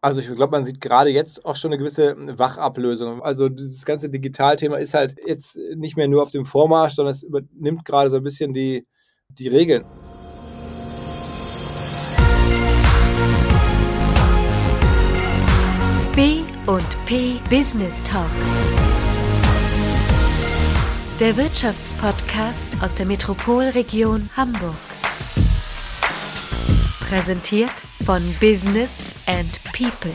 Also ich glaube, man sieht gerade jetzt auch schon eine gewisse Wachablösung. Also dieses ganze Digitalthema ist halt jetzt nicht mehr nur auf dem Vormarsch, sondern es übernimmt gerade so ein bisschen die Regeln. B&P Business Talk. Der Wirtschaftspodcast aus der Metropolregion Hamburg. Präsentiert von Business and People.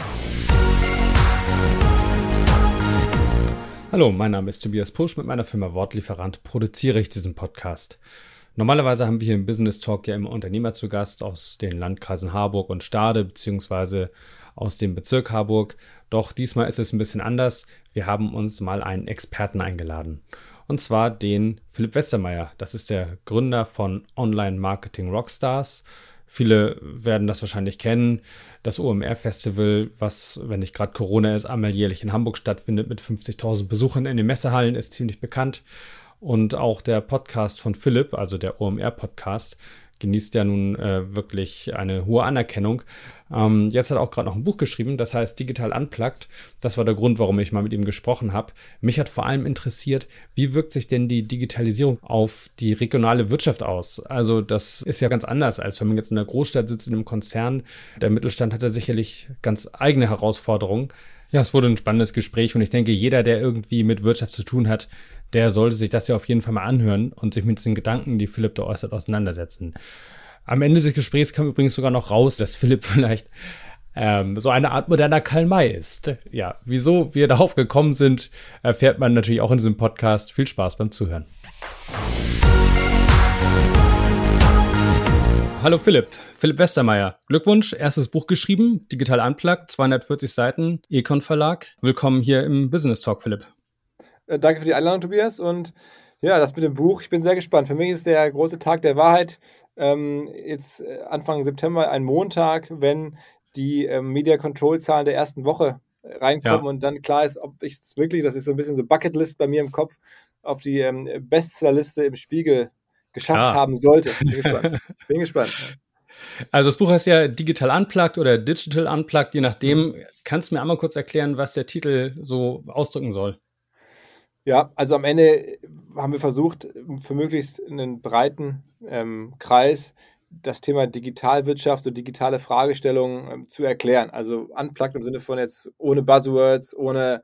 Hallo, mein Name ist Tobias Pusch. Mit meiner Firma Wortlieferant produziere ich diesen Podcast. Normalerweise haben wir hier im Business Talk ja immer Unternehmer zu Gast aus den Landkreisen Harburg und Stade beziehungsweise aus dem Bezirk Harburg. Doch diesmal ist es ein bisschen anders. Wir haben uns mal einen Experten eingeladen. Und zwar den Philipp Westermeier. Das ist der Gründer von Online Marketing Rockstars. Viele werden das wahrscheinlich kennen. Das OMR-Festival, was, wenn nicht gerade Corona ist, einmal jährlich in Hamburg stattfindet mit 50.000 Besuchern in den Messehallen, ist ziemlich bekannt. Und auch der Podcast von Philipp, also der OMR-Podcast, genießt ja nun wirklich eine hohe Anerkennung. Jetzt hat er auch gerade noch ein Buch geschrieben, das heißt Digital Unplugged. Das war der Grund, warum ich mal mit ihm gesprochen habe. Mich hat vor allem interessiert, wie wirkt sich denn die Digitalisierung auf die regionale Wirtschaft aus? Also das ist ja ganz anders, als wenn man jetzt in einer Großstadt sitzt, in einem Konzern. Der Mittelstand hat ja sicherlich ganz eigene Herausforderungen. Ja, es wurde ein spannendes Gespräch und ich denke, jeder, der irgendwie mit Wirtschaft zu tun hat, der sollte sich das ja auf jeden Fall mal anhören und sich mit den Gedanken, die Philipp da äußert, auseinandersetzen. Am Ende des Gesprächs kam übrigens sogar noch raus, dass Philipp vielleicht so eine Art moderner Karl May ist. Ja, wieso wir darauf gekommen sind, erfährt man natürlich auch in diesem Podcast. Viel Spaß beim Zuhören. Hallo Philipp Westermeier. Glückwunsch, erstes Buch geschrieben, Digital Unplugged, 240 Seiten, Econ Verlag. Willkommen hier im Business Talk, Philipp. Danke für die Einladung, Tobias. Und ja, das mit dem Buch, ich bin sehr gespannt. Für mich ist der große Tag der Wahrheit jetzt Anfang September, ein Montag, wenn die Media Control Zahlen der ersten Woche reinkommen und dann klar ist, ob ich es wirklich, das ist so ein bisschen so Bucketlist bei mir im Kopf, auf die Bestsellerliste im Spiegel geschafft haben sollte. Bin gespannt. Also das Buch heißt ja Digital Unplugged oder Digital Unplugged, je nachdem. Kannst du mir einmal kurz erklären, was der Titel so ausdrücken soll? Ja, also am Ende haben wir versucht, für möglichst einen breiten Kreis das Thema Digitalwirtschaft und digitale Fragestellungen zu erklären. Also unplugged im Sinne von jetzt ohne Buzzwords, ohne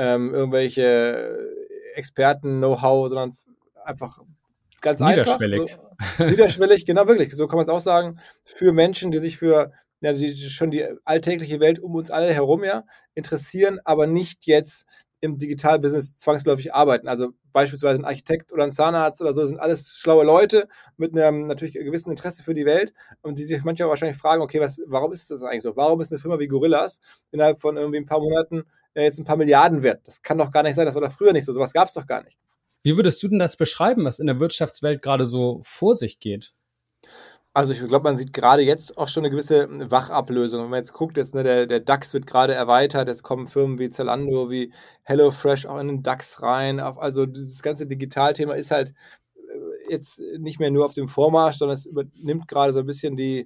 irgendwelche Experten-Know-how, sondern einfach ganz niederschwellig. Einfach. So, niederschwellig, genau, wirklich. So kann man es auch sagen. Für Menschen, die sich für schon die alltägliche Welt um uns alle herum interessieren, aber nicht jetzt im Digitalbusiness zwangsläufig arbeiten. Also beispielsweise ein Architekt oder ein Zahnarzt oder so sind alles schlaue Leute mit einem natürlich gewissen Interesse für die Welt und die sich manchmal wahrscheinlich fragen, okay, warum ist das eigentlich so? Warum ist eine Firma wie Gorillas innerhalb von irgendwie ein paar Monaten jetzt ein paar Milliarden wert? Das kann doch gar nicht sein, das war doch früher nicht so. Sowas gab es doch gar nicht. Wie würdest du denn das beschreiben, was in der Wirtschaftswelt gerade so vor sich geht? Also ich glaube, man sieht gerade jetzt auch schon eine gewisse Wachablösung. Wenn man jetzt guckt, jetzt, der DAX wird gerade erweitert, jetzt kommen Firmen wie Zalando, wie HelloFresh auch in den DAX rein. Also dieses ganze Digitalthema ist halt jetzt nicht mehr nur auf dem Vormarsch, sondern es übernimmt gerade so ein bisschen die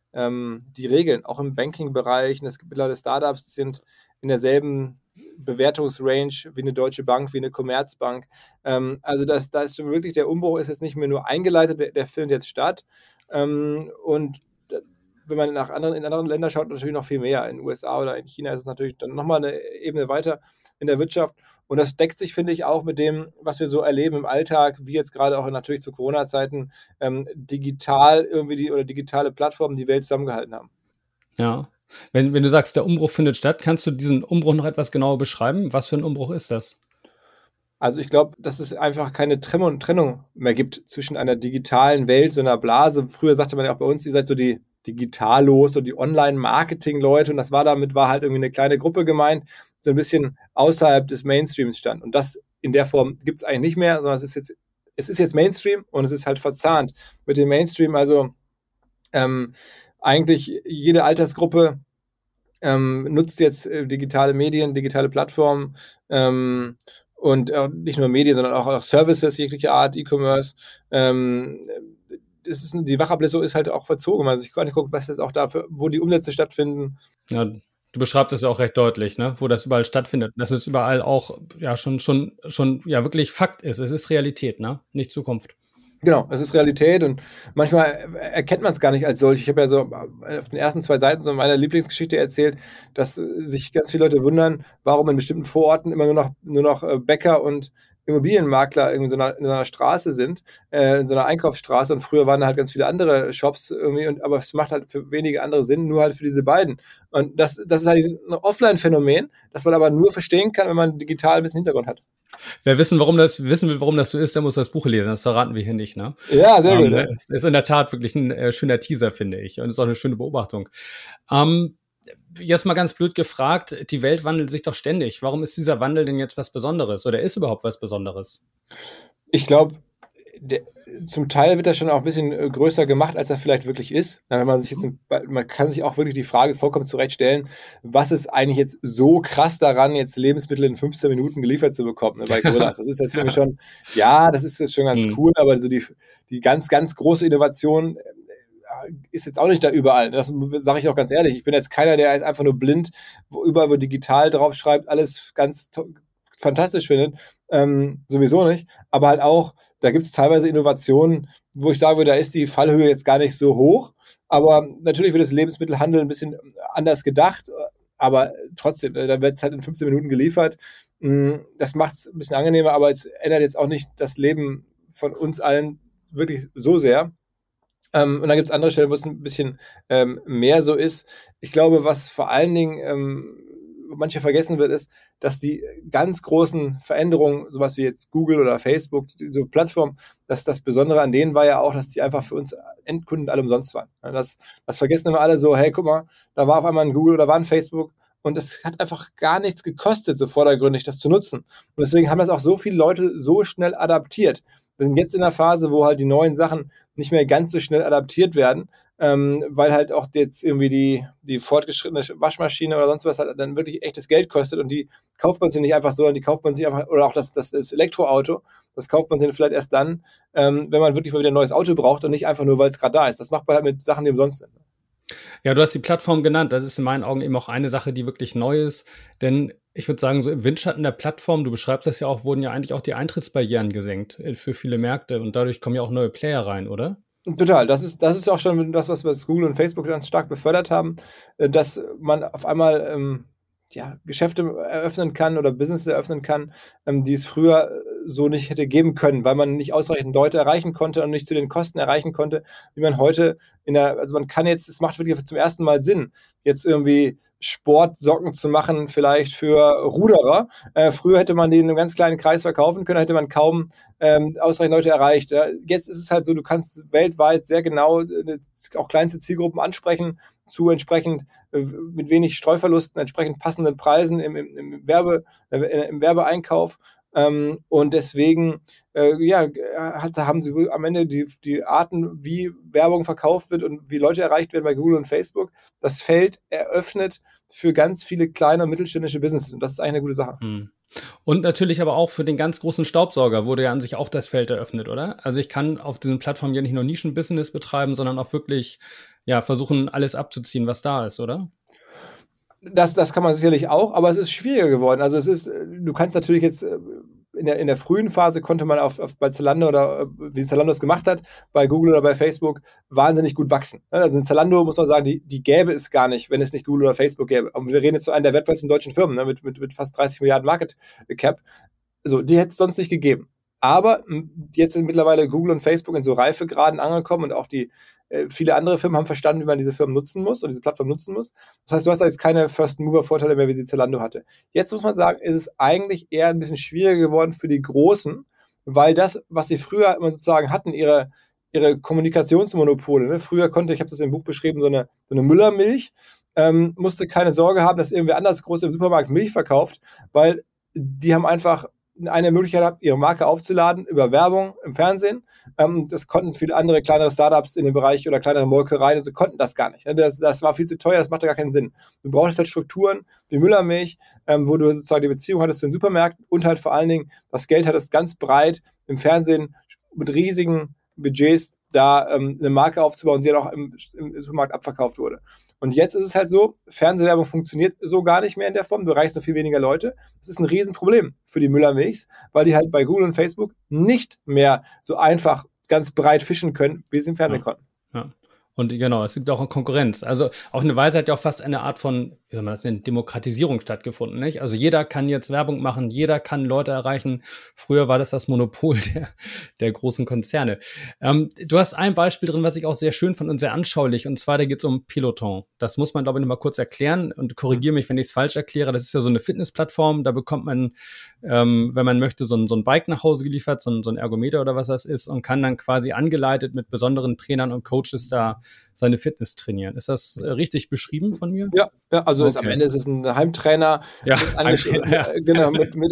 Regeln, auch im Banking-Bereich. Und es gibt mittlerweile Startups, die sind in derselben Bewertungsrange wie eine Deutsche Bank, wie eine Commerzbank. Also da ist schon wirklich, der Umbruch ist jetzt nicht mehr nur eingeleitet, der findet jetzt statt. Und wenn man in anderen Ländern schaut, natürlich noch viel mehr. In den USA oder in China ist es natürlich dann nochmal eine Ebene weiter in der Wirtschaft. Und das deckt sich, finde ich, auch mit dem, was wir so erleben im Alltag, wie jetzt gerade auch natürlich zu Corona-Zeiten digital irgendwie digitale Plattformen die Welt zusammengehalten haben. Ja. Wenn du sagst, der Umbruch findet statt, kannst du diesen Umbruch noch etwas genauer beschreiben? Was für ein Umbruch ist das? Also ich glaube, dass es einfach keine Trennung mehr gibt zwischen einer digitalen Welt, so einer Blase. Früher sagte man ja auch bei uns, ihr seid so die Digitallos und die Online-Marketing-Leute und damit war halt irgendwie eine kleine Gruppe gemeint, so ein bisschen außerhalb des Mainstreams stand. Und das in der Form gibt es eigentlich nicht mehr, sondern es ist jetzt Mainstream und es ist halt verzahnt mit dem Mainstream. Also eigentlich jede Altersgruppe nutzt jetzt digitale Medien, digitale Plattformen und nicht nur Medien, sondern auch Services jeglicher Art, E-Commerce. Die Wachablösung ist halt auch verzogen. Man sich gar nicht guckt, was jetzt auch dafür, wo die Umsätze stattfinden. Ja, Du beschreibst es ja auch recht deutlich, ne? Wo das überall stattfindet. Dass es überall auch ja schon ja wirklich Fakt ist. Es ist Realität, ne? Nicht Zukunft. Genau, es ist Realität und manchmal erkennt man es gar nicht als solch. Ich habe ja so auf den ersten 2 Seiten so meine Lieblingsgeschichte erzählt, dass sich ganz viele Leute wundern, warum in bestimmten Vororten immer nur noch Bäcker und Immobilienmakler in so einer Straße sind, in so einer Einkaufsstraße, und früher waren da halt ganz viele andere Shops irgendwie, aber es macht halt für wenige andere Sinn, nur halt für diese beiden. Und das ist halt ein Offline-Phänomen, das man aber nur verstehen kann, wenn man digital ein bisschen Hintergrund hat. Wer wissen will, warum das so ist, der muss das Buch lesen. Das verraten wir hier nicht, ne? Ja, sehr gut. Ja. Es ist in der Tat wirklich ein schöner Teaser, finde ich. Und es ist auch eine schöne Beobachtung. Jetzt mal ganz blöd gefragt, die Welt wandelt sich doch ständig. Warum ist dieser Wandel denn jetzt was Besonderes? Oder ist überhaupt was Besonderes? Ich glaube, zum Teil wird das schon auch ein bisschen größer gemacht, als er vielleicht wirklich ist. Wenn man man kann sich auch wirklich die Frage vollkommen zurecht stellen, was ist eigentlich jetzt so krass daran, jetzt Lebensmittel in 15 Minuten geliefert zu bekommen, bei Gorillas. Das ist jetzt irgendwie schon, ja, das ist jetzt schon ganz cool, aber so die ganz, ganz große Innovation ist jetzt auch nicht da überall. Das sage ich auch ganz ehrlich. Ich bin jetzt keiner, der jetzt einfach nur blind überall wo digital drauf schreibt, alles ganz fantastisch findet. Sowieso nicht. Aber halt auch, da gibt es teilweise Innovationen, wo ich sage, da ist die Fallhöhe jetzt gar nicht so hoch. Aber natürlich wird das Lebensmittelhandel ein bisschen anders gedacht. Aber trotzdem, da wird es halt in 15 Minuten geliefert. Das macht es ein bisschen angenehmer, aber es ändert jetzt auch nicht das Leben von uns allen wirklich so sehr. Und dann gibt es andere Stellen, wo es ein bisschen mehr so ist. Ich glaube, was vor allen Dingen manche vergessen wird, ist, dass die ganz großen Veränderungen, sowas wie jetzt Google oder Facebook, so Plattformen, dass das Besondere an denen war ja auch, dass die einfach für uns Endkunden alle umsonst waren. Das vergessen immer alle so, hey, guck mal, da war auf einmal ein Google oder war ein Facebook und es hat einfach gar nichts gekostet, so vordergründig das zu nutzen. Und deswegen haben das auch so viele Leute so schnell adaptiert. Wir sind jetzt in der Phase, wo halt die neuen Sachen nicht mehr ganz so schnell adaptiert werden, weil halt auch jetzt irgendwie die fortgeschrittene Waschmaschine oder sonst was halt dann wirklich echtes Geld kostet und die kauft man sich nicht einfach so, die kauft man sich einfach, oder auch das Elektroauto, das kauft man sich vielleicht erst dann, wenn man wirklich mal wieder ein neues Auto braucht und nicht einfach nur, weil es gerade da ist. Das macht man halt mit Sachen, die umsonst sind. Ja, du hast die Plattform genannt. Das ist in meinen Augen eben auch eine Sache, die wirklich neu ist. Denn ich würde sagen, so im Windschatten der Plattform, du beschreibst das ja auch, wurden ja eigentlich auch die Eintrittsbarrieren gesenkt für viele Märkte. Und dadurch kommen ja auch neue Player rein, oder? Total. Das ist auch schon das, was Google und Facebook ganz stark befördert haben, dass man auf einmal Geschäfte eröffnen kann oder Business eröffnen kann, die es früher so nicht hätte geben können, weil man nicht ausreichend Leute erreichen konnte und nicht zu den Kosten erreichen konnte, wie man heute man kann jetzt, es macht wirklich zum ersten Mal Sinn, jetzt irgendwie Sportsocken zu machen, vielleicht für Ruderer. Früher hätte man die in einem ganz kleinen Kreis verkaufen können, hätte man kaum ausreichend Leute erreicht. Ja. Jetzt ist es halt so, du kannst weltweit sehr genau auch kleinste Zielgruppen ansprechen, zu entsprechend mit wenig Streuverlusten, entsprechend passenden Preisen im Werbeeinkauf. Und deswegen haben sie am Ende die Arten, wie Werbung verkauft wird und wie Leute erreicht werden bei Google und Facebook, das Feld eröffnet für ganz viele kleine und mittelständische Businesses. Und das ist eigentlich eine gute Sache. Und natürlich aber auch für den ganz großen Staubsauger wurde ja an sich auch das Feld eröffnet, oder? Also ich kann auf diesen Plattformen ja nicht nur Nischenbusiness betreiben, sondern auch wirklich versuchen, alles abzuziehen, was da ist, oder? Das kann man sicherlich auch, aber es ist schwieriger geworden. Also du kannst natürlich jetzt in der frühen Phase konnte man bei Zalando oder wie Zalando es gemacht hat, bei Google oder bei Facebook wahnsinnig gut wachsen. Also in Zalando muss man sagen, die gäbe es gar nicht, wenn es nicht Google oder Facebook gäbe. Und wir reden jetzt zu einer der wertvollsten deutschen Firmen, ne, mit fast 30 Milliarden Market Cap. So, die hätte es sonst nicht gegeben. Aber jetzt sind mittlerweile Google und Facebook in so Reifegraden angekommen und auch viele andere Firmen haben verstanden, wie man diese Firmen nutzen muss und diese Plattform nutzen muss. Das heißt, du hast da jetzt keine First-Mover-Vorteile mehr, wie sie Zalando hatte. Jetzt muss man sagen, ist es eigentlich eher ein bisschen schwieriger geworden für die Großen, weil das, was sie früher immer sozusagen hatten, ihre Kommunikationsmonopole. Ne? Früher ich habe das im Buch beschrieben, so eine Müllermilch, musste keine Sorge haben, dass irgendwer anders groß im Supermarkt Milch verkauft, weil die haben einfach eine Möglichkeit gehabt, ihre Marke aufzuladen über Werbung im Fernsehen. Das konnten viele andere kleinere Startups in dem Bereich oder kleinere Molkereien und so konnten das gar nicht. Das war viel zu teuer, das machte gar keinen Sinn. Du brauchst halt Strukturen wie Müllermilch, wo du sozusagen die Beziehung hattest zu den Supermärkten und halt vor allen Dingen das Geld hattest ganz breit im Fernsehen mit riesigen Budgets da eine Marke aufzubauen, die dann auch im Supermarkt abverkauft wurde. Und jetzt ist es halt so, Fernsehwerbung funktioniert so gar nicht mehr in der Form, du erreichst nur viel weniger Leute. Das ist ein Riesenproblem für die Müller-Milchs, weil die halt bei Google und Facebook nicht mehr so einfach ganz breit fischen können, wie sie im Fernsehen konnten. Ja. Und genau, es gibt auch eine Konkurrenz. Also auf eine Weise hat ja auch fast eine Art von, wie soll man das nennen, Demokratisierung stattgefunden, nicht? Also jeder kann jetzt Werbung machen, jeder kann Leute erreichen. Früher war das Monopol der großen Konzerne. Du hast ein Beispiel drin, was ich auch sehr schön fand und sehr anschaulich, und zwar da geht es um Peloton. Das muss man, glaube ich, noch mal kurz erklären und korrigiere mich, wenn ich es falsch erkläre. Das ist ja so eine Fitnessplattform, da bekommt man, wenn man möchte, so ein Bike nach Hause geliefert, so ein Ergometer oder was das ist, und kann dann quasi angeleitet mit besonderen Trainern und Coaches da seine Fitness trainieren. Ist das richtig beschrieben von mir? Ja, also am Ende ist es ein Heimtrainer, genau,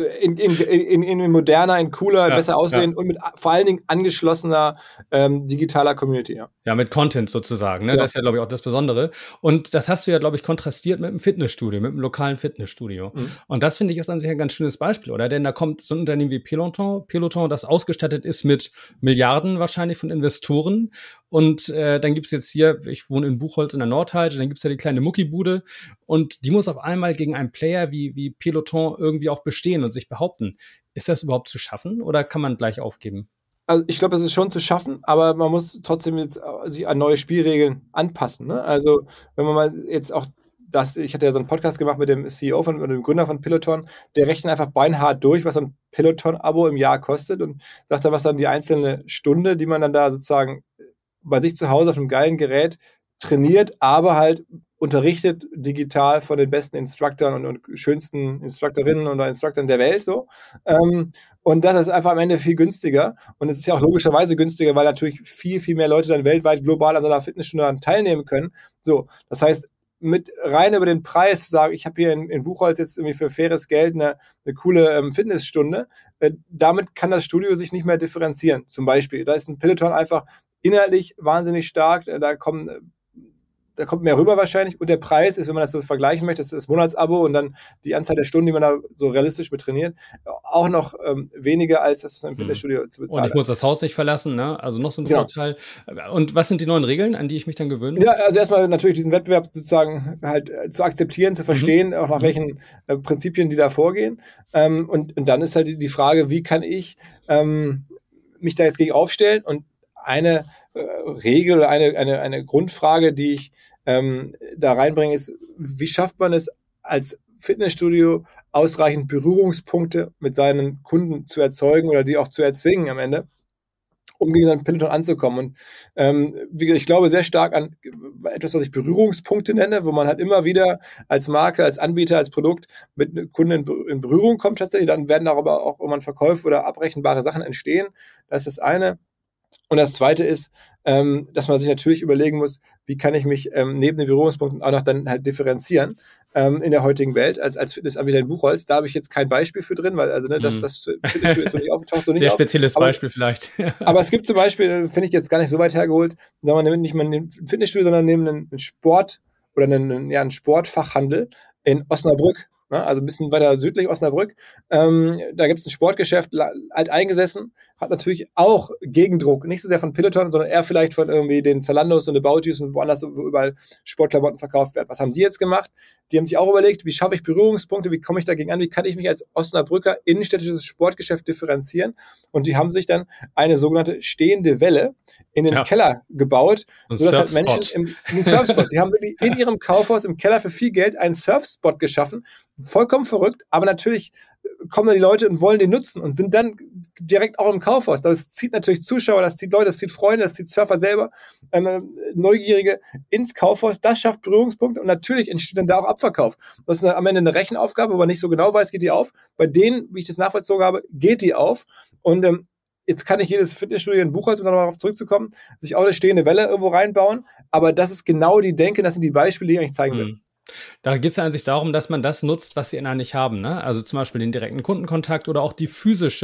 in moderner, in cooler, besser aussehen und mit vor allen Dingen angeschlossener digitaler Community. Ja, mit Content sozusagen. Ne? Ja. Das ist ja, glaube ich, auch das Besondere. Und das hast du ja, glaube ich, kontrastiert mit einem Fitnessstudio, mit einem lokalen Fitnessstudio. Mhm. Und das, finde ich, ist an sich ein ganz schönes Beispiel, oder? Denn da kommt so ein Unternehmen wie Peloton, das ausgestattet ist mit Milliarden wahrscheinlich von Investoren. Und dann gibt es jetzt hier, ich wohne in Buchholz in der Nordheide, dann gibt es ja die kleine Muckibude und die muss auf einmal gegen einen Player wie Peloton irgendwie auch bestehen und sich behaupten. Ist das überhaupt zu schaffen oder kann man gleich aufgeben? Also ich glaube, es ist schon zu schaffen, aber man muss trotzdem jetzt sich an neue Spielregeln anpassen. Ne? Also wenn man mal jetzt auch ich hatte ja so einen Podcast gemacht mit dem CEO oder dem Gründer von Peloton, der rechnet einfach beinhart durch, was ein Peloton-Abo im Jahr kostet und sagt dann, was dann die einzelne Stunde, die man dann da sozusagen bei sich zu Hause auf einem geilen Gerät trainiert, aber halt unterrichtet digital von den besten Instructoren und schönsten Instructorinnen oder Instructoren der Welt. So. Und das ist einfach am Ende viel günstiger. Und es ist ja auch logischerweise günstiger, weil natürlich viel, viel mehr Leute dann weltweit global an so einer Fitnessstunde teilnehmen können. So, das heißt, mit rein über den Preis zu sagen, ich habe hier in Buchholz jetzt irgendwie für faires Geld eine coole Fitnessstunde, damit kann das Studio sich nicht mehr differenzieren. Zum Beispiel, da ist ein Peloton einfach inhaltlich wahnsinnig stark, da kommt mehr rüber wahrscheinlich und der Preis ist, wenn man das so vergleichen möchte, das ist das Monatsabo und dann die Anzahl der Stunden, die man da so realistisch mit trainiert, auch noch weniger als das, was man im Fitnessstudio zu bezahlen. Und ich muss das Haus nicht verlassen, ne? Also noch so ein Vorteil. Und was sind die neuen Regeln, an die ich mich dann gewöhnen muss? Ja, also erstmal natürlich diesen Wettbewerb sozusagen halt zu akzeptieren, zu verstehen, auch nach welchen Prinzipien die da vorgehen. Und dann ist halt die Frage, wie kann ich mich da jetzt gegen aufstellen? Und eine Regel oder eine Grundfrage, die ich da reinbringe, ist, wie schafft man es als Fitnessstudio ausreichend Berührungspunkte mit seinen Kunden zu erzeugen oder die auch zu erzwingen am Ende, um gegen einen Peloton anzukommen. Und wie gesagt, ich glaube sehr stark an etwas, was ich Berührungspunkte nenne, wo man halt immer wieder als Marke, als Anbieter, als Produkt mit Kunden in Berührung kommt tatsächlich. Dann werden darüber auch irgendwann Verkäufe oder abrechenbare Sachen entstehen. Das ist das eine. Und das Zweite ist, dass man sich natürlich überlegen muss, wie kann ich mich neben den Berührungspunkten auch noch dann halt differenzieren in der heutigen Welt als Fitnessanbieter in Buchholz. Da habe ich jetzt kein Beispiel für drin, weil das Fitnessstudio ist so nicht aufgetaucht. So sehr spezielles Beispiel vielleicht. Aber es gibt zum Beispiel, finde ich jetzt gar nicht so weit hergeholt, man nimmt nicht mal ein Fitnessstudio, sondern neben einen Sport oder einen Sportfachhandel in Osnabrück. Also ein bisschen weiter südlich Osnabrück. Da gibt es ein Sportgeschäft, alt eingesessen, hat natürlich auch Gegendruck, nicht so sehr von Peloton, sondern eher vielleicht von irgendwie den Zalandos und Aboutis und woanders, wo überall Sportklamotten verkauft werden. Was haben die jetzt gemacht? Die haben sich auch überlegt, wie schaffe ich Berührungspunkte, wie komme ich dagegen an, wie kann ich mich als Osnabrücker innenstädtisches Sportgeschäft differenzieren? Und die haben sich dann eine sogenannte stehende Welle in den Keller gebaut, sodass halt Menschen im Surfspot, die haben wirklich in ihrem Kaufhaus im Keller für viel Geld einen Surfspot geschaffen, vollkommen verrückt, aber natürlich kommen da die Leute und wollen den nutzen und sind dann direkt auch im Kaufhaus. Das zieht natürlich Zuschauer, das zieht Leute, das zieht Freunde, das zieht Surfer selber, Neugierige ins Kaufhaus. Das schafft Berührungspunkte und natürlich entsteht dann da auch Abverkauf. Das ist am Ende eine Rechenaufgabe, wo man nicht so genau weiß, geht die auf. Bei denen, wie ich das nachvollzogen habe, geht die auf. Und jetzt kann nicht jedes Fitnessstudio in Buchholz, um darauf zurückzukommen, sich auch eine stehende Welle irgendwo reinbauen. Aber das ist genau die Denke, das sind die Beispiele, die ich eigentlich zeigen will. Da geht es ja an sich darum, dass man das nutzt, was sie eigentlich haben. Ne? Also zum Beispiel den direkten Kundenkontakt oder auch die physische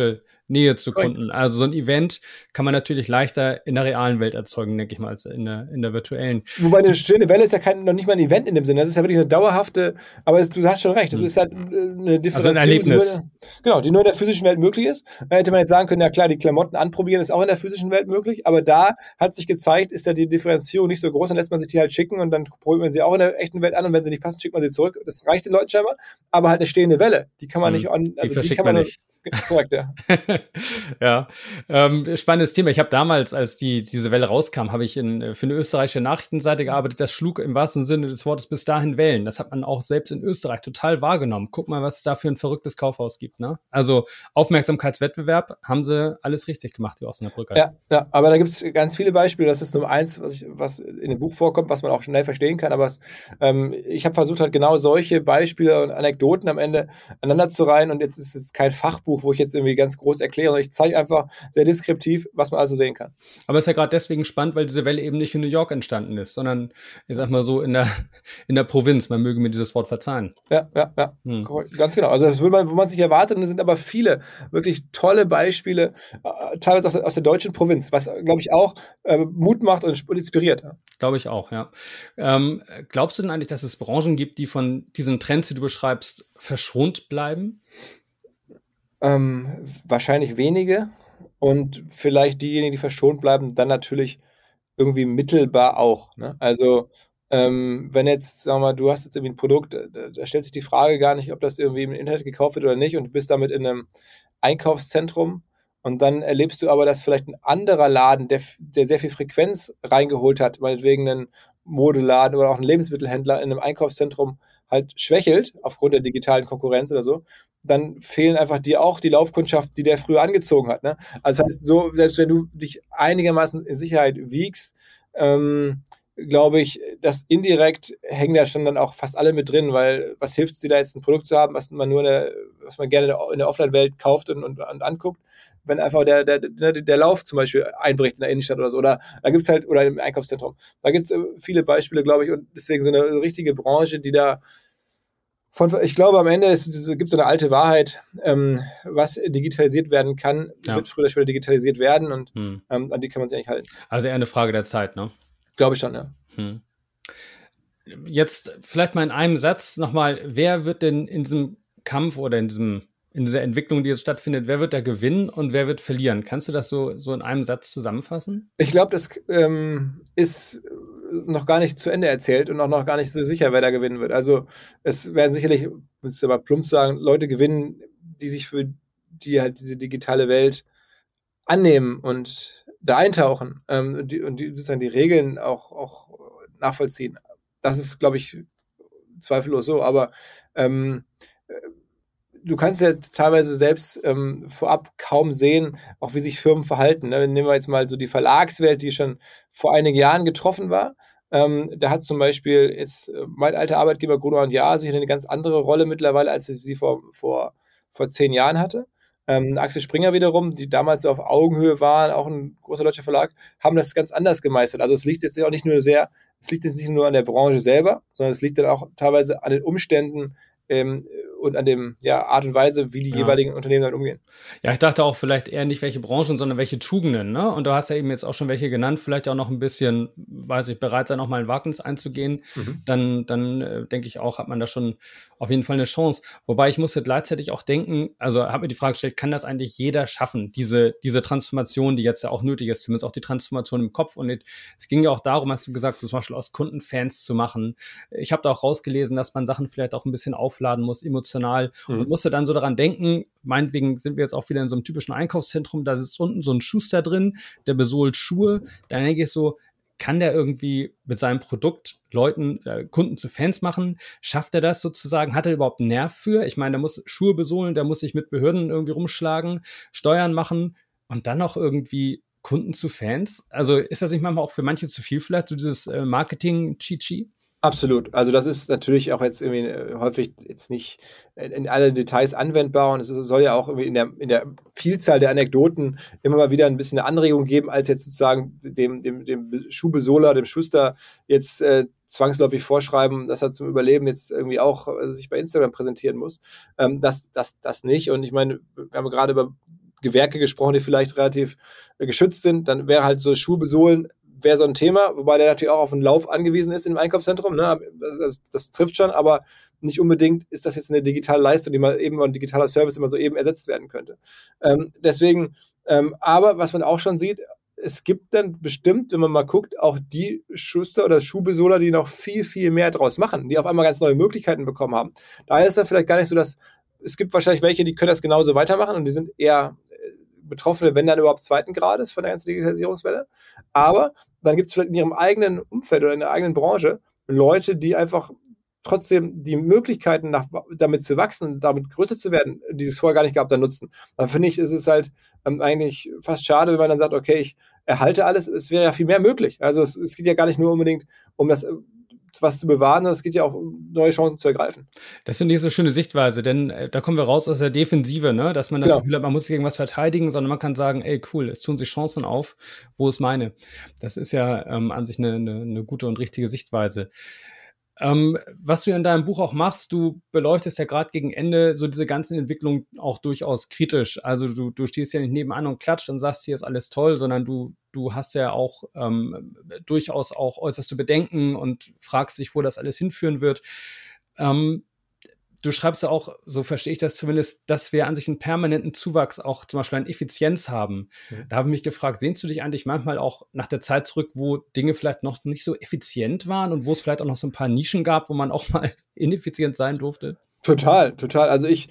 Nähe zu Kunden. Also so ein Event kann man natürlich leichter in der realen Welt erzeugen, denke ich mal, als in der virtuellen. Wobei eine stehende Welle ist ja noch nicht mal ein Event in dem Sinne. Das ist ja wirklich eine dauerhafte, aber du hast schon recht, das ist halt eine Differenzierung. Also ein Erlebnis. Die nur in der physischen Welt möglich ist. Da hätte man jetzt sagen können, ja klar, die Klamotten anprobieren ist auch in der physischen Welt möglich, aber da hat sich gezeigt, ist ja die Differenzierung nicht so groß, dann lässt man sich die halt schicken und dann probiert man sie auch in der echten Welt an und wenn sie nicht passen, schickt man sie zurück. Das reicht den Leuten scheinbar, aber halt eine stehende Welle, die kann man nicht die verschickt man nicht. Korrekt, ja. Ja, spannendes Thema. Ich habe damals, als diese Welle rauskam, habe ich für eine österreichische Nachrichtenseite gearbeitet. Das schlug im wahrsten Sinne des Wortes bis dahin Wellen. Das hat man auch selbst in Österreich total wahrgenommen. Guck mal, was es da für ein verrücktes Kaufhaus gibt. Ne? Also Aufmerksamkeitswettbewerb, haben sie alles richtig gemacht, die Osnabrücker. Ja, aber da gibt es ganz viele Beispiele. Das ist Nummer eins, was in dem Buch vorkommt, was man auch schnell verstehen kann. Aber ich habe versucht, halt genau solche Beispiele und Anekdoten am Ende aneinander zu reihen. Und jetzt ist es kein Fachbuch, wo ich jetzt irgendwie ganz groß erkläre, sondern ich zeige einfach sehr deskriptiv, was man also sehen kann. Aber es ist ja gerade deswegen spannend, weil diese Welle eben nicht in New York entstanden ist, sondern, ich sag mal so, in der Provinz. Man möge mir dieses Wort verzeihen. Ja. Ganz genau. Also das wo man sich erwartet, und es sind aber viele wirklich tolle Beispiele, teilweise aus der deutschen Provinz, was, glaube ich, auch Mut macht und inspiriert. Ja. Glaube ich auch, ja. Glaubst du denn eigentlich, dass es Branchen gibt, die von diesen Trends, die du beschreibst, verschont bleiben? Wahrscheinlich wenige und vielleicht diejenigen, die verschont bleiben, dann natürlich irgendwie mittelbar auch. Ne? Also wenn jetzt, sagen wir mal, du hast jetzt irgendwie ein Produkt, da stellt sich die Frage gar nicht, ob das irgendwie im Internet gekauft wird oder nicht und du bist damit in einem Einkaufszentrum und dann erlebst du aber, dass vielleicht ein anderer Laden, der sehr viel Frequenz reingeholt hat, meinetwegen einen Modeladen oder auch ein Lebensmittelhändler in einem Einkaufszentrum halt schwächelt aufgrund der digitalen Konkurrenz oder so, dann fehlen einfach dir auch die Laufkundschaft, die der früher angezogen hat. Ne? Also das heißt, so, selbst wenn du dich einigermaßen in Sicherheit wiegst, glaube ich, dass indirekt hängen da schon dann auch fast alle mit drin, weil was hilft es dir da jetzt ein Produkt zu haben, was man gerne in der Offline-Welt kauft und anguckt, wenn einfach der Lauf zum Beispiel einbricht in der Innenstadt oder so, oder da gibt's halt, oder im Einkaufszentrum. Da gibt's viele Beispiele, glaube ich, und deswegen so eine richtige Branche, die da ich glaube, am Ende gibt es so eine alte Wahrheit, was digitalisiert werden kann, wird früher oder später digitalisiert werden und an die kann man sich eigentlich halten. Also eher eine Frage der Zeit, ne? Glaube ich schon, ja. Jetzt vielleicht mal in einem Satz nochmal, wer wird denn in diesem Kampf oder in dieser Entwicklung, die jetzt stattfindet, wer wird da gewinnen und wer wird verlieren? Kannst du das so in einem Satz zusammenfassen? Ich glaube, das ist noch gar nicht zu Ende erzählt und auch noch gar nicht so sicher, wer da gewinnen wird. Also es werden sicherlich, muss ich aber plump sagen, Leute gewinnen, die sich für die halt diese digitale Welt annehmen und da eintauchen und die sozusagen die Regeln auch nachvollziehen. Das ist, glaube ich, zweifellos so. Aber du kannst ja teilweise selbst vorab kaum sehen, auch wie sich Firmen verhalten. Ne? Nehmen wir jetzt mal so die Verlagswelt, die schon vor einigen Jahren getroffen war. Da hat zum Beispiel jetzt mein alter Arbeitgeber Gruner + Jahr sich eine ganz andere Rolle mittlerweile, als sie vor 10 Jahren hatte. Axel Springer wiederum, die damals so auf Augenhöhe waren, auch ein großer deutscher Verlag, haben das ganz anders gemeistert. Also es liegt jetzt auch nicht nur an der Branche selber, sondern es liegt dann auch teilweise an den Umständen und an dem Art und Weise, wie die jeweiligen Unternehmen damit umgehen. Ja, ich dachte auch vielleicht eher nicht welche Branchen, sondern welche Tugenden, ne? Und du hast ja eben jetzt auch schon welche genannt, vielleicht auch noch ein bisschen, bereit sein, auch mal ein Wagnis einzugehen. Dann denke ich auch, hat man da schon auf jeden Fall eine Chance. Wobei ich muss jetzt gleichzeitig auch denken, also habe mir die Frage gestellt, kann das eigentlich jeder schaffen, diese Transformation, die jetzt ja auch nötig ist, zumindest auch die Transformation im Kopf. Und es ging ja auch darum, hast du gesagt, zum Beispiel aus Kundenfans zu machen. Ich habe da auch rausgelesen, dass man Sachen vielleicht auch ein bisschen aufladen muss, emotional, und musste dann so daran denken, meinetwegen sind wir jetzt auch wieder in so einem typischen Einkaufszentrum, da sitzt unten so ein Schuster drin, der besohlt Schuhe, dann denke ich so, kann der irgendwie mit seinem Produkt Kunden zu Fans machen? Schafft er das sozusagen? Hat er überhaupt einen Nerv für? Ich meine, der muss Schuhe besohlen, der muss sich mit Behörden irgendwie rumschlagen, Steuern machen und dann noch irgendwie Kunden zu Fans? Also ist das nicht manchmal auch für manche zu viel vielleicht, so dieses Marketing-Chi-Chi? Absolut. Also das ist natürlich auch jetzt irgendwie häufig jetzt nicht in alle Details anwendbar und es soll ja auch irgendwie in der Vielzahl der Anekdoten immer mal wieder ein bisschen eine Anregung geben, als jetzt sozusagen dem Schuhbesohler, dem Schuster jetzt zwangsläufig vorschreiben, dass er zum Überleben jetzt irgendwie auch sich bei Instagram präsentieren muss. Das nicht. Und ich meine, wir haben gerade über Gewerke gesprochen, die vielleicht relativ geschützt sind. Dann wäre halt so Schuhe besohlen, wäre so ein Thema, wobei der natürlich auch auf den Lauf angewiesen ist im Einkaufszentrum. Ne? Das trifft schon, aber nicht unbedingt ist das jetzt eine digitale Leistung, die mal eben ein digitaler Service immer so eben ersetzt werden könnte. Deswegen, aber was man auch schon sieht, es gibt dann bestimmt, wenn man mal guckt, auch die Schuster oder Schuhbesohler, die noch viel, viel mehr draus machen, die auf einmal ganz neue Möglichkeiten bekommen haben. Daher ist dann vielleicht gar nicht so, dass es gibt wahrscheinlich welche, die können das genauso weitermachen und die sind eher Betroffene, wenn dann überhaupt zweiten Grades von der ganzen Digitalisierungswelle. Aber dann gibt es vielleicht in ihrem eigenen Umfeld oder in der eigenen Branche Leute, die einfach trotzdem die Möglichkeiten, damit zu wachsen, damit größer zu werden, die es vorher gar nicht gab, dann nutzen. Dann finde ich, ist es halt eigentlich fast schade, wenn man dann sagt, okay, ich erhalte alles, es wäre ja viel mehr möglich. Also es geht ja gar nicht nur unbedingt um das was zu bewahren, sondern es geht ja auch um neue Chancen zu ergreifen. Das finde ich so eine schöne Sichtweise, denn da kommen wir raus aus der Defensive, ne? Dass man das Gefühl hat, man muss sich gegen was verteidigen, sondern man kann sagen, ey, cool, es tun sich Chancen auf, wo ist meine? Das ist ja an sich eine gute und richtige Sichtweise. Was du in deinem Buch auch machst, du beleuchtest ja gerade gegen Ende so diese ganzen Entwicklungen auch durchaus kritisch. Also du stehst ja nicht nebenan und klatscht und sagst, hier ist alles toll, sondern du hast ja auch durchaus auch äußerste Bedenken und fragst dich, wo das alles hinführen wird. Du schreibst ja auch, so verstehe ich das zumindest, dass wir an sich einen permanenten Zuwachs auch zum Beispiel an Effizienz haben. Da habe ich mich gefragt, sehnst du dich eigentlich manchmal auch nach der Zeit zurück, wo Dinge vielleicht noch nicht so effizient waren und wo es vielleicht auch noch so ein paar Nischen gab, wo man auch mal ineffizient sein durfte? Total. Also ich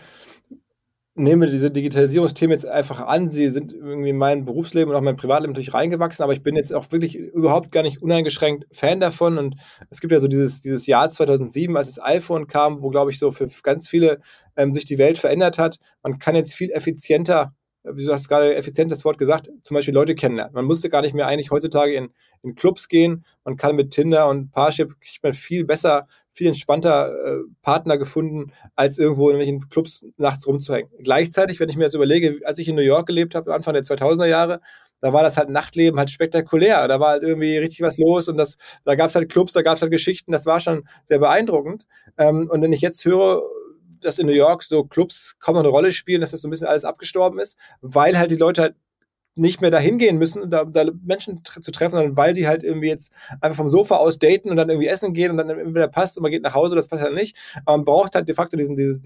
nehme diese Digitalisierungsthemen jetzt einfach an. Sie sind irgendwie in mein Berufsleben und auch mein Privatleben natürlich reingewachsen, aber ich bin jetzt auch wirklich überhaupt gar nicht uneingeschränkt Fan davon. Und es gibt ja so dieses Jahr 2007, als das iPhone kam, wo, glaube ich, so für ganz viele sich die Welt verändert hat. Man kann jetzt viel effizienter, wie du hast gerade effizient das Wort gesagt, zum Beispiel Leute kennenlernen. Man musste gar nicht mehr eigentlich heutzutage in Clubs gehen. Man kann mit Tinder und Parship kriegt man viel besser, viel entspannter Partner gefunden, als irgendwo in welchen Clubs nachts rumzuhängen. Gleichzeitig, wenn ich mir das überlege, als ich in New York gelebt habe, Anfang der 2000er Jahre, da war das halt Nachtleben halt spektakulär. Da war halt irgendwie richtig was los und da gab es halt Clubs, da gab es halt Geschichten, das war schon sehr beeindruckend. Und wenn ich jetzt höre, dass in New York so Clubs kaum noch eine Rolle spielen, dass das so ein bisschen alles abgestorben ist, weil halt die Leute halt nicht mehr dahin gehen müssen, da Menschen zu treffen, sondern weil die halt irgendwie jetzt einfach vom Sofa aus daten und dann irgendwie essen gehen und dann entweder passt und man geht nach Hause, das passt ja nicht. Aber man braucht halt de facto diese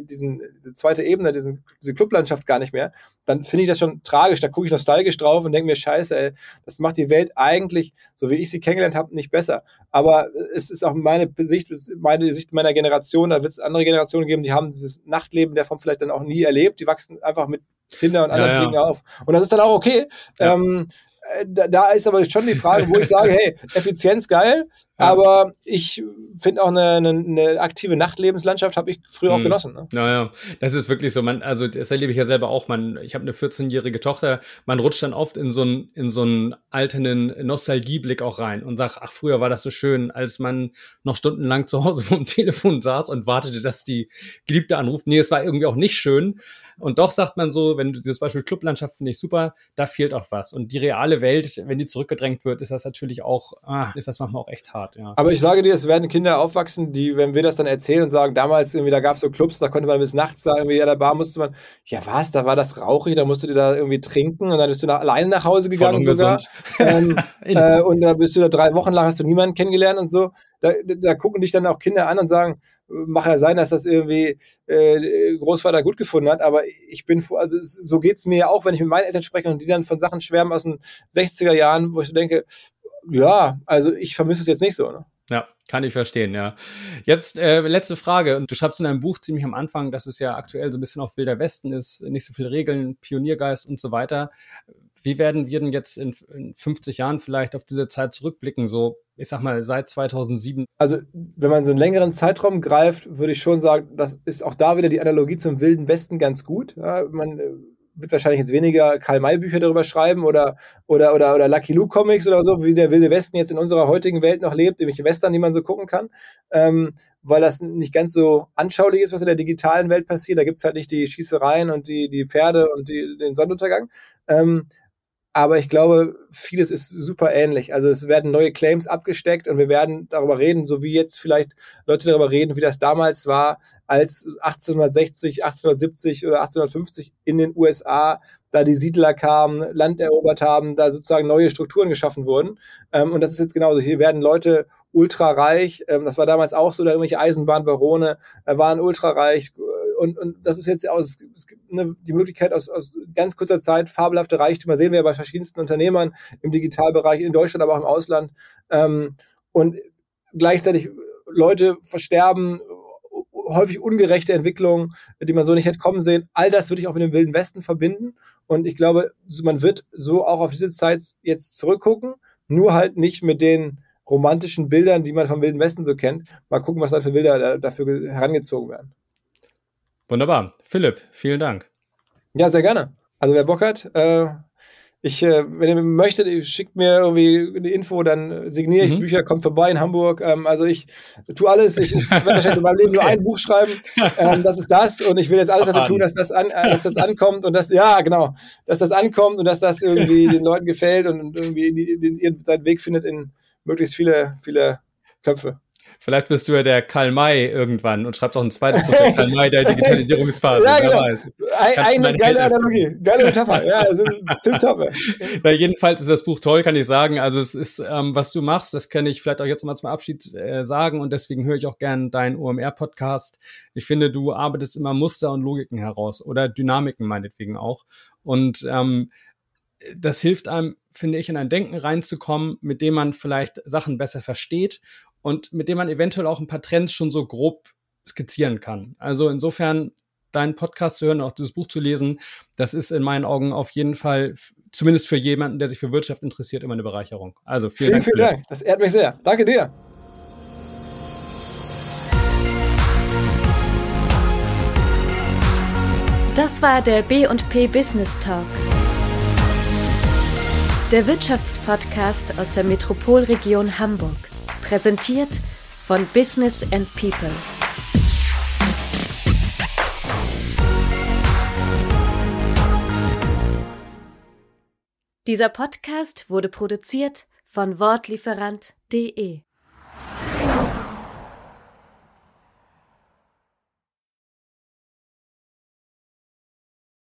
zweite Ebene, diese Clublandschaft gar nicht mehr. Dann finde ich das schon tragisch. Da gucke ich nostalgisch drauf und denke mir, scheiße, ey, das macht die Welt eigentlich, so wie ich sie kennengelernt habe, nicht besser. Aber es ist auch meine Sicht meiner Generation. Da wird es andere Generationen geben, die haben dieses Nachtleben der Form vielleicht dann auch nie erlebt. Die wachsen einfach mit Tinder und anderen Dingen auf. Und das ist dann auch okay. Ja. Da ist aber schon die Frage, wo ich sage, hey, Effizienz geil, aber ich finde auch eine aktive Nachtlebenslandschaft habe ich früher auch genossen. Ne? Naja, das ist wirklich so. Also das erlebe ich ja selber auch. Ich habe eine 14-jährige Tochter. Man rutscht dann oft in so einen alternden Nostalgieblick auch rein und sagt, ach, früher war das so schön, als man noch stundenlang zu Hause vom Telefon saß und wartete, dass die Geliebte anruft. Nee, es war irgendwie auch nicht schön. Und doch sagt man so, wenn du dieses Beispiel Clublandschaft finde ich super, da fehlt auch was. Und die reale Welt, wenn die zurückgedrängt wird, ist das natürlich auch, ist das manchmal auch echt hart. Ja. Aber ich sage dir, es werden Kinder aufwachsen, die, wenn wir das dann erzählen und sagen, damals irgendwie, da gab es so Clubs, da konnte man bis nachts da irgendwie an der Bar musste man, ja was, da war das rauchig, da musst du da irgendwie trinken und dann bist du alleine nach Hause gegangen sogar. Und dann bist du da 3 Wochen lang, hast du niemanden kennengelernt und so. Da gucken dich dann auch Kinder an und sagen, mag ja sein, dass das irgendwie Großvater gut gefunden hat, aber also so geht's mir ja auch, wenn ich mit meinen Eltern spreche und die dann von Sachen schwärmen aus den 60er Jahren, wo ich so denke, ja, also ich vermisse es jetzt nicht so. Ne? Ja, kann ich verstehen, ja. Jetzt letzte Frage. Und du schreibst in deinem Buch ziemlich am Anfang, dass es ja aktuell so ein bisschen auf Wilder Westen ist, nicht so viele Regeln, Pioniergeist und so weiter. Wie werden wir denn jetzt in 50 Jahren vielleicht auf diese Zeit zurückblicken, so, ich sag mal, seit 2007? Also, wenn man so einen längeren Zeitraum greift, würde ich schon sagen, das ist auch da wieder die Analogie zum Wilden Westen ganz gut. Ja, man wird wahrscheinlich jetzt weniger Karl-May-Bücher darüber schreiben oder Lucky Luke-Comics oder so, wie der Wilde Westen jetzt in unserer heutigen Welt noch lebt, irgendwelche Western, die man so gucken kann, weil das nicht ganz so anschaulich ist, was in der digitalen Welt passiert. Da gibt es halt nicht die Schießereien und die Pferde und den Sonnenuntergang. Aber ich glaube, vieles ist super ähnlich. Also es werden neue Claims abgesteckt und wir werden darüber reden, so wie jetzt vielleicht Leute darüber reden, wie das damals war, als 1860, 1870 oder 1850 in den USA da die Siedler kamen, Land erobert haben, da sozusagen neue Strukturen geschaffen wurden. Und das ist jetzt genauso. Hier werden Leute ultrareich. Das war damals auch so, da irgendwelche Eisenbahnbarone waren ultrareich. Und das ist jetzt auch die Möglichkeit, aus ganz kurzer Zeit fabelhafte Reichtümer sehen wir ja bei verschiedensten Unternehmern im Digitalbereich, in Deutschland, aber auch im Ausland. Und gleichzeitig Leute versterben, häufig ungerechte Entwicklungen, die man so nicht hätte kommen sehen. All das würde ich auch mit dem Wilden Westen verbinden. Und ich glaube, man wird so auch auf diese Zeit jetzt zurückgucken, nur halt nicht mit den romantischen Bildern, die man vom Wilden Westen so kennt. Mal gucken, was da für Bilder dafür herangezogen werden. Wunderbar. Philipp, vielen Dank. Ja, sehr gerne. Also wer Bock hat, wenn ihr möchtet, schickt mir irgendwie eine Info, dann signiere ich Bücher, kommt vorbei in Hamburg. Also ich tue alles. Ich werde wahrscheinlich in meinem Leben nur ein Buch schreiben. Das ist das. Und ich will jetzt alles dafür tun, dass das ankommt und dass das ankommt und dass das irgendwie den Leuten gefällt und irgendwie seinen Weg findet in möglichst viele Köpfe. Vielleicht wirst du ja der Karl May irgendwann und schreibst auch ein zweites Buch, der Karl May der Digitalisierungsphase. Ja, genau. Wer weiß. Eine geile Analogie, geile Metapher. Ja, also tipptopp. Jedenfalls ist das Buch toll, kann ich sagen. Also es ist, was du machst, das kann ich vielleicht auch jetzt mal zum Abschied sagen und deswegen höre ich auch gerne deinen OMR-Podcast. Ich finde, du arbeitest immer Muster und Logiken heraus oder Dynamiken meinetwegen auch. Und das hilft einem, finde ich, in ein Denken reinzukommen, mit dem man vielleicht Sachen besser versteht und mit dem man eventuell auch ein paar Trends schon so grob skizzieren kann. Also insofern, deinen Podcast zu hören, auch dieses Buch zu lesen, das ist in meinen Augen auf jeden Fall, zumindest für jemanden, der sich für Wirtschaft interessiert, immer eine Bereicherung. Also vielen Dank. Das ehrt mich sehr. Danke dir. Das war der B&P Business Talk. Der Wirtschaftspodcast aus der Metropolregion Hamburg. Präsentiert von Business and People. Dieser Podcast wurde produziert von Wortlieferant.de